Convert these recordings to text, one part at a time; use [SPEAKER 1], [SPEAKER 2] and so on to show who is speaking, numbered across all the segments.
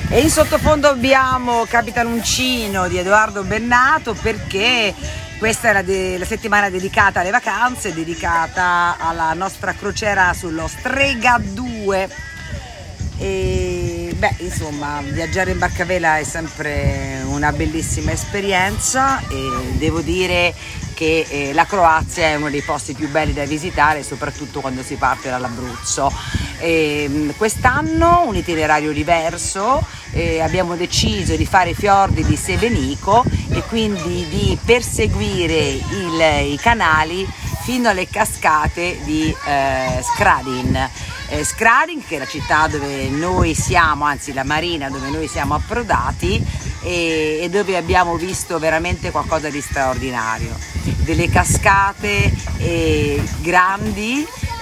[SPEAKER 1] E in sottofondo abbiamo Capitanuncino di Edoardo Bennato, perché questa è la settimana dedicata alle vacanze, dedicata alla nostra crociera sullo Strega 2. E insomma, viaggiare in barcavela è sempre una bellissima esperienza e devo dire che la Croazia è uno dei posti più belli da visitare, soprattutto quando si parte dall'Abruzzo. Quest'anno un itinerario diverso, abbiamo deciso di fare i fiordi di Sebenico e quindi di perseguire i canali fino alle cascate di Skradin. Skradin, che è la città dove noi siamo, anzi la marina dove noi siamo approdati e dove abbiamo visto veramente qualcosa di straordinario. Delle cascate grandi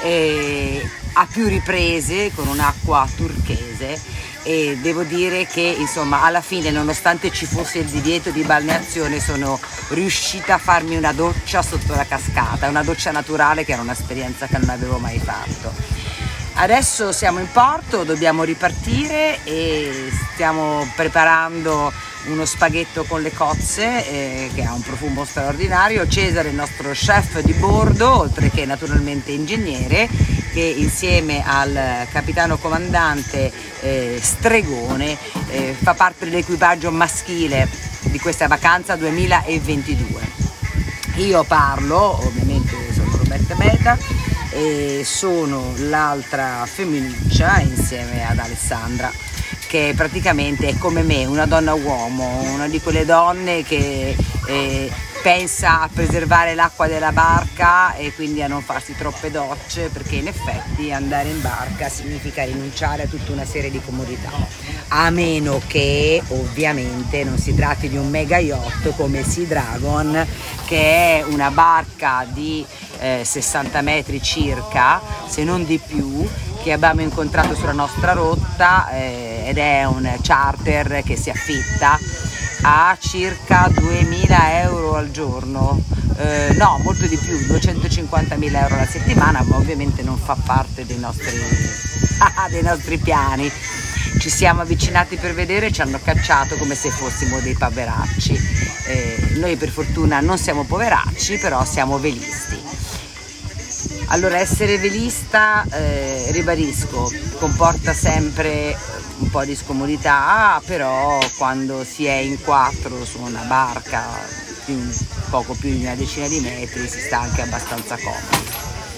[SPEAKER 1] a più riprese con un'acqua turchese, e devo dire che insomma alla fine, nonostante ci fosse il divieto di balneazione, sono riuscita a farmi una doccia sotto la cascata, una doccia naturale che era un'esperienza che non avevo mai fatto. Adesso siamo in porto, dobbiamo ripartire e stiamo preparando uno spaghetto con le cozze che ha un profumo straordinario. Cesare, il nostro chef di bordo, oltre che naturalmente ingegnere, che insieme al capitano comandante Stregone fa parte dell'equipaggio maschile di questa vacanza 2022. Io parlo, ovviamente sono Roberta Meta e sono l'altra femminuccia insieme ad Alessandra, che praticamente è come me, una donna uomo, una di quelle donne che pensa a preservare l'acqua della barca e quindi a non farsi troppe docce, perché in effetti andare in barca significa rinunciare a tutta una serie di comodità, a meno che ovviamente non si tratti di un mega yacht come Sea Dragon, che è una barca di 60 metri circa, se non di più, che abbiamo incontrato sulla nostra rotta ed è un charter che si affitta a circa 2.000 euro al giorno, no, molto di più, 250.000 euro alla settimana, ma ovviamente non fa parte dei nostri piani. Ci siamo avvicinati per vedere, ci hanno cacciato come se fossimo dei poveracci. Noi per fortuna non siamo poveracci, però siamo velisti. Allora, essere velista, ribadisco, comporta sempre un po' di scomodità, però quando si è in quattro su una barca poco più di una decina di metri si sta anche abbastanza comodi.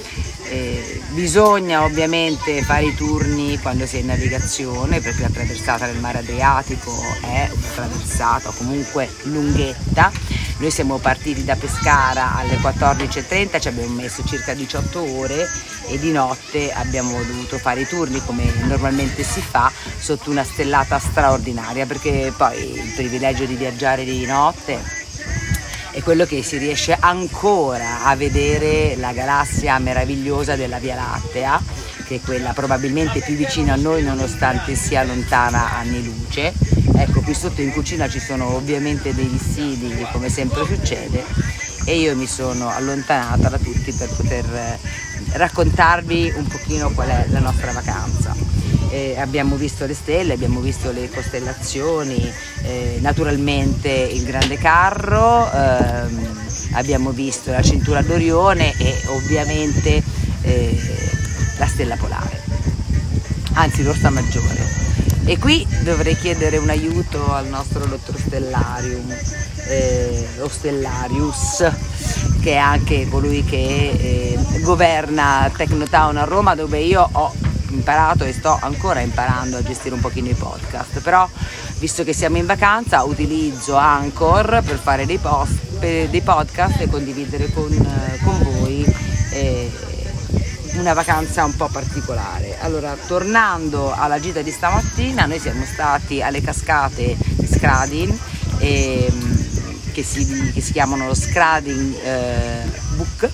[SPEAKER 1] Bisogna ovviamente fare i turni quando si è in navigazione, perché la traversata del mare Adriatico è una traversata comunque lunghetta. Noi siamo partiti da Pescara alle 14.30, ci abbiamo messo circa 18 ore e di notte abbiamo dovuto fare i turni come normalmente si fa, sotto una stellata straordinaria, perché poi il privilegio di viaggiare di notte è quello che si riesce ancora a vedere la galassia meravigliosa della Via Lattea, che è quella probabilmente più vicina a noi nonostante sia lontana anni luce. Ecco, qui sotto in cucina ci sono ovviamente dei dissidi, come sempre succede, e io mi sono allontanata da tutti per poter raccontarvi un pochino qual è la nostra vacanza. Abbiamo visto le stelle, abbiamo visto le costellazioni, naturalmente il grande carro, abbiamo visto la cintura d'Orione e ovviamente la stella polare, anzi l'Orsa Maggiore. E qui dovrei chiedere un aiuto al nostro dottor Stellarium, o Stellarius, che è anche colui che governa Technotown a Roma, dove io ho imparato e sto ancora imparando a gestire un pochino i podcast. Però, visto che siamo in vacanza, utilizzo Anchor per fare dei podcast e condividere con voi una vacanza un po' particolare. Allora, tornando alla gita di stamattina, noi siamo stati alle cascate di Skradin, che si chiamano Skradin Buk,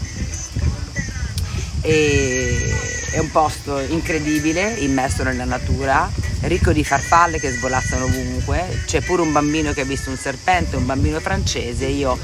[SPEAKER 1] è un posto incredibile, immerso nella natura, ricco di farfalle che svolazzano ovunque. C'è pure un bambino che ha visto un serpente, un bambino francese. Io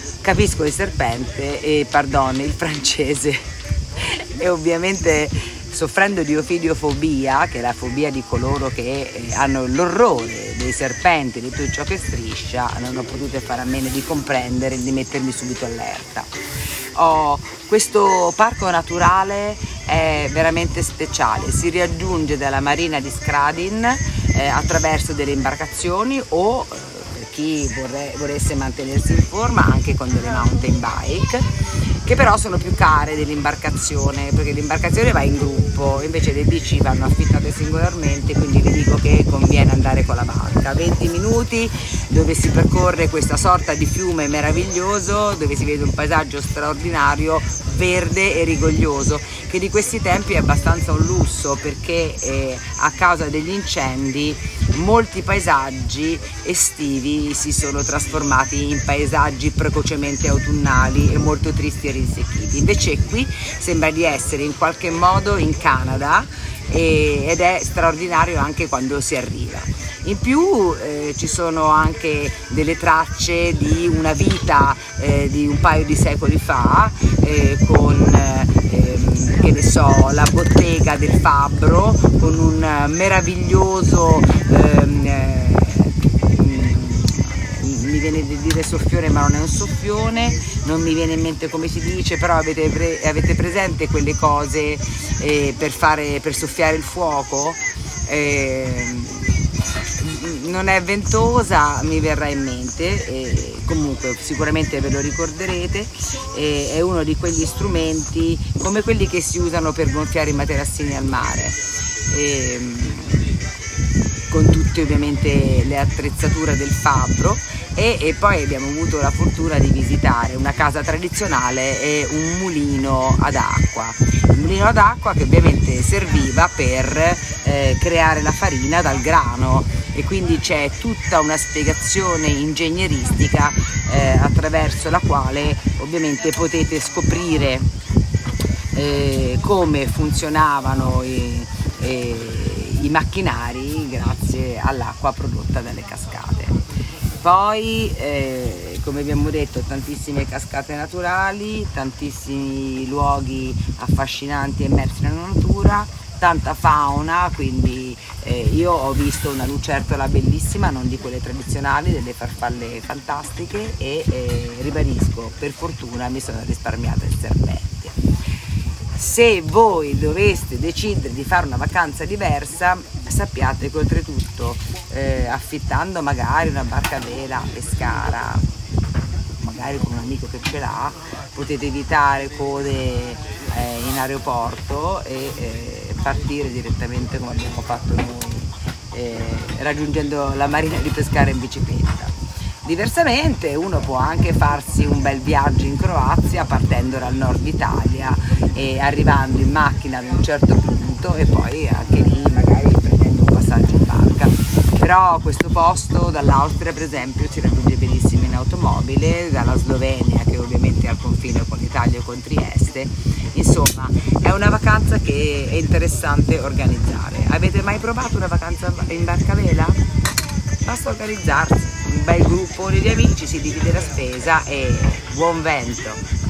[SPEAKER 1] capisco il serpente e il francese e ovviamente soffrendo di ofidiofobia, che è la fobia di coloro che hanno l'orrore dei serpenti, di tutto ciò che striscia, non ho potuto fare a meno di comprendere e di mettermi subito allerta. Questo parco naturale è veramente speciale, si raggiunge dalla marina di Skradin attraverso delle imbarcazioni o per chi volesse mantenersi in forma anche con delle mountain bike, che però sono più care dell'imbarcazione, perché l'imbarcazione va in gruppo, invece le bici vanno affittate singolarmente, quindi vi dico che conviene andare con la barca. 20 minuti dove si percorre questa sorta di fiume meraviglioso, dove si vede un paesaggio straordinario, verde e rigoglioso, che di questi tempi è abbastanza un lusso, perché a causa degli incendi molti paesaggi estivi si sono trasformati in paesaggi precocemente autunnali e molto tristi e rinsecchiti. Invece qui sembra di essere in qualche modo in Canada ed è straordinario anche quando si arriva. In più ci sono anche delle tracce di una vita di un paio di secoli fa, con che ne so, la bottega del fabbro, con un meraviglioso mi viene di dire soffione, ma non è un soffione, non mi viene in mente come si dice, però avete presente quelle cose per soffiare il fuoco? Non è ventosa, mi verrà in mente, comunque sicuramente ve lo ricorderete, è uno di quegli strumenti come quelli che si usano per gonfiare i materassini al mare, con tutte ovviamente le attrezzature del fabbro, e poi abbiamo avuto la fortuna di visitare una casa tradizionale e un mulino ad acqua. Il mulino ad acqua che ovviamente serviva per creare la farina dal grano, e quindi c'è tutta una spiegazione ingegneristica attraverso la quale ovviamente potete scoprire come funzionavano i macchinari grazie all'acqua prodotta dalle cascate. Poi, come abbiamo detto, tantissime cascate naturali, tantissimi luoghi affascinanti immersi nella natura, tanta fauna, quindi io ho visto una lucertola bellissima, non di quelle tradizionali, delle farfalle fantastiche, e ribadisco, per fortuna mi sono risparmiata il serpente. Se voi doveste decidere di fare una vacanza diversa, sappiate che oltretutto affittando magari una barca a vela a Pescara, magari con un amico che ce l'ha, potete evitare code in aeroporto e partire direttamente come abbiamo fatto noi, raggiungendo la marina di Pescara in bicicletta. Diversamente uno può anche farsi un bel viaggio in Croazia partendo dal nord Italia e arrivando in macchina ad un certo punto, e poi anche lì magari prendendo un passaggio in barca. Però questo posto dall'Austria per esempio si raggiunge benissimo in automobile, dalla Slovenia che ovviamente è al confine con l'Italia e con Trieste. Insomma, è una vacanza che è interessante organizzare. Avete mai provato una vacanza in barca a vela? Basta organizzarsi, un bel gruppo di amici, si divide la spesa e buon vento!